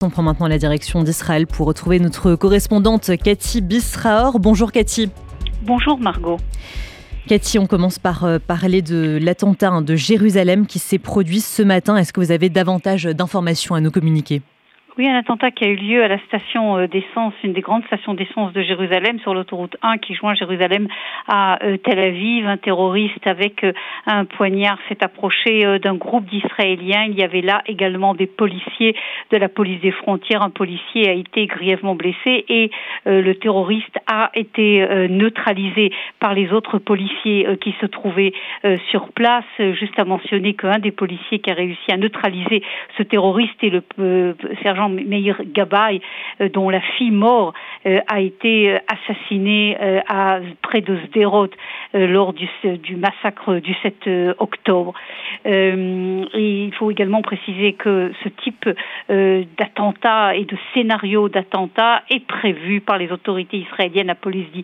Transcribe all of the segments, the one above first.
On prend maintenant la direction d'Israël pour retrouver notre correspondante Cathy Bisraor. Bonjour Cathy. Bonjour Margot. Cathy, on commence par parler de l'attentat de Jérusalem qui s'est produit ce matin. Est-ce que vous avez davantage d'informations à nous communiquer ? Oui, un attentat qui a eu lieu à la station d'essence, une des grandes stations d'essence de Jérusalem, sur l'autoroute 1 qui joint Jérusalem à Tel Aviv. Un terroriste avec un poignard s'est approché d'un groupe d'Israéliens. Il y avait là également des policiers de la police des frontières. Un policier a été grièvement blessé et le terroriste a été neutralisé par les autres policiers qui se trouvaient sur place. Juste à mentionner qu'un des policiers qui a réussi à neutraliser ce terroriste est le sergent Meir Gabay, dont la fille mort a été assassinée près de Sderot lors du massacre du 7 octobre. Et il faut également préciser que ce type d'attentat et de scénario d'attentat est prévu par les autorités israéliennes. La police dit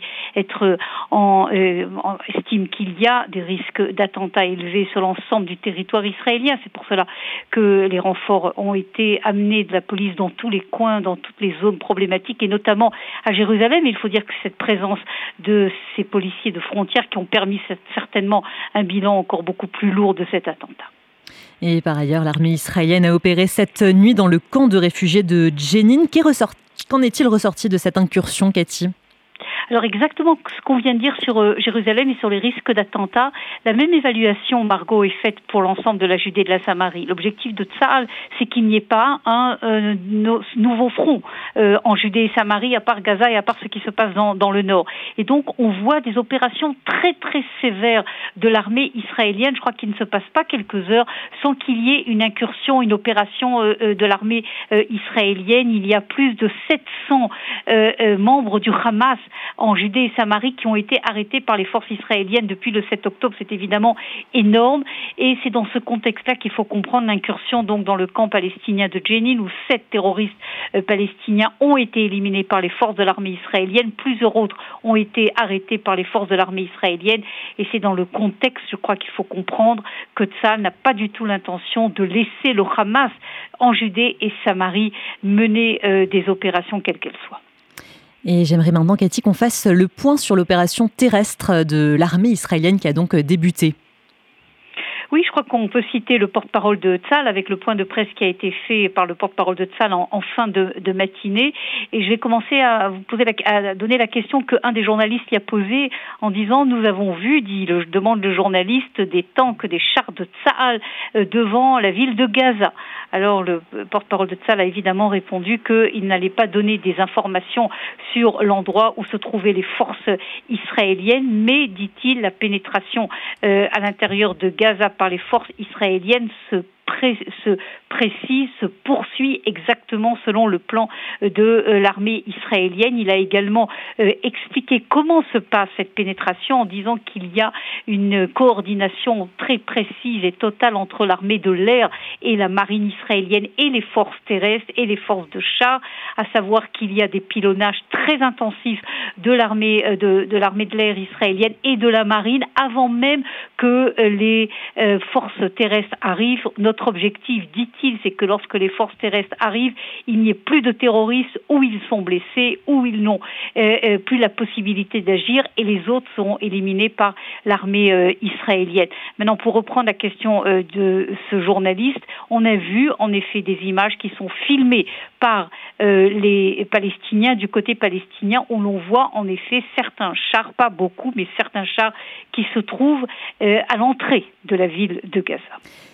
estime qu'il y a des risques d'attentats élevés sur l'ensemble du territoire israélien. C'est pour cela que les renforts ont été amenés de la police dans tous les coins, dans toutes les zones problématiques, et notamment à Jérusalem. Il faut dire que cette présence de ces policiers de frontières qui ont permis certainement un bilan encore beaucoup plus lourd de cet attentat. Et par ailleurs, l'armée israélienne a opéré cette nuit dans le camp de réfugiés de Jenin. Qu'en est-il ressorti de cette incursion, Cathy ? Alors exactement ce qu'on vient de dire sur Jérusalem et sur les risques d'attentats, la même évaluation, Margot, est faite pour l'ensemble de la Judée et de la Samarie. L'objectif de Tsahal, c'est qu'il n'y ait pas un nouveau front en Judée et Samarie, à part Gaza et à part ce qui se passe dans le nord. Et donc on voit des opérations très très sévères de l'armée israélienne. Je crois qu'il ne se passe pas quelques heures sans qu'il y ait une incursion, une opération de l'armée israélienne. Il y a plus de 700 membres du Hamas en Judée et Samarie qui ont été arrêtés par les forces israéliennes depuis le 7 octobre. C'est évidemment énorme et c'est dans ce contexte-là qu'il faut comprendre l'incursion donc dans le camp palestinien de Jenin où 7 terroristes palestiniens ont été éliminés par les forces de l'armée israélienne. Plusieurs autres ont été arrêtés par les forces de l'armée israélienne et c'est dans le contexte, je crois qu'il faut comprendre que Tsahal n'a pas du tout l'intention de laisser le Hamas en Judée et Samarie mener des opérations quelles qu'elles soient. Et j'aimerais maintenant, Cathy, qu'on fasse le point sur l'opération terrestre de l'armée israélienne qui a donc débuté. Oui, je crois qu'on peut citer le porte-parole de Tsahal avec le point de presse qui a été fait par le porte-parole de Tsahal en fin de matinée. Et je vais commencer à vous à donner la question qu'un des journalistes y a posée en disant « Nous avons vu, demande le journaliste, des tanks, des chars de Tsahal devant la ville de Gaza ». Alors le porte-parole de Tsahal a évidemment répondu qu'il n'allait pas donner des informations sur l'endroit où se trouvaient les forces israéliennes, mais, dit-il, la pénétration à l'intérieur de Gaza par les forces israéliennes se poursuit exactement selon le plan de l'armée israélienne. Il a également expliqué comment se passe cette pénétration en disant qu'il y a une coordination très précise et totale entre l'armée de l'air et la marine israélienne et les forces terrestres et les forces de chars, à savoir qu'il y a des pilonnages très intensifs de l'armée de l'air israélienne et de la marine avant même que les forces terrestres arrivent. Notre objectif, dit-il, c'est que lorsque les forces terrestres arrivent, il n'y ait plus de terroristes où ils sont blessés, où ils n'ont plus la possibilité d'agir et les autres seront éliminés par l'armée israélienne. Maintenant, pour reprendre la question de ce journaliste, on a vu en effet des images qui sont filmées par les Palestiniens, du côté palestinien, où l'on voit en effet certains chars, pas beaucoup, mais certains chars qui se trouvent à l'entrée de la ville de Gaza.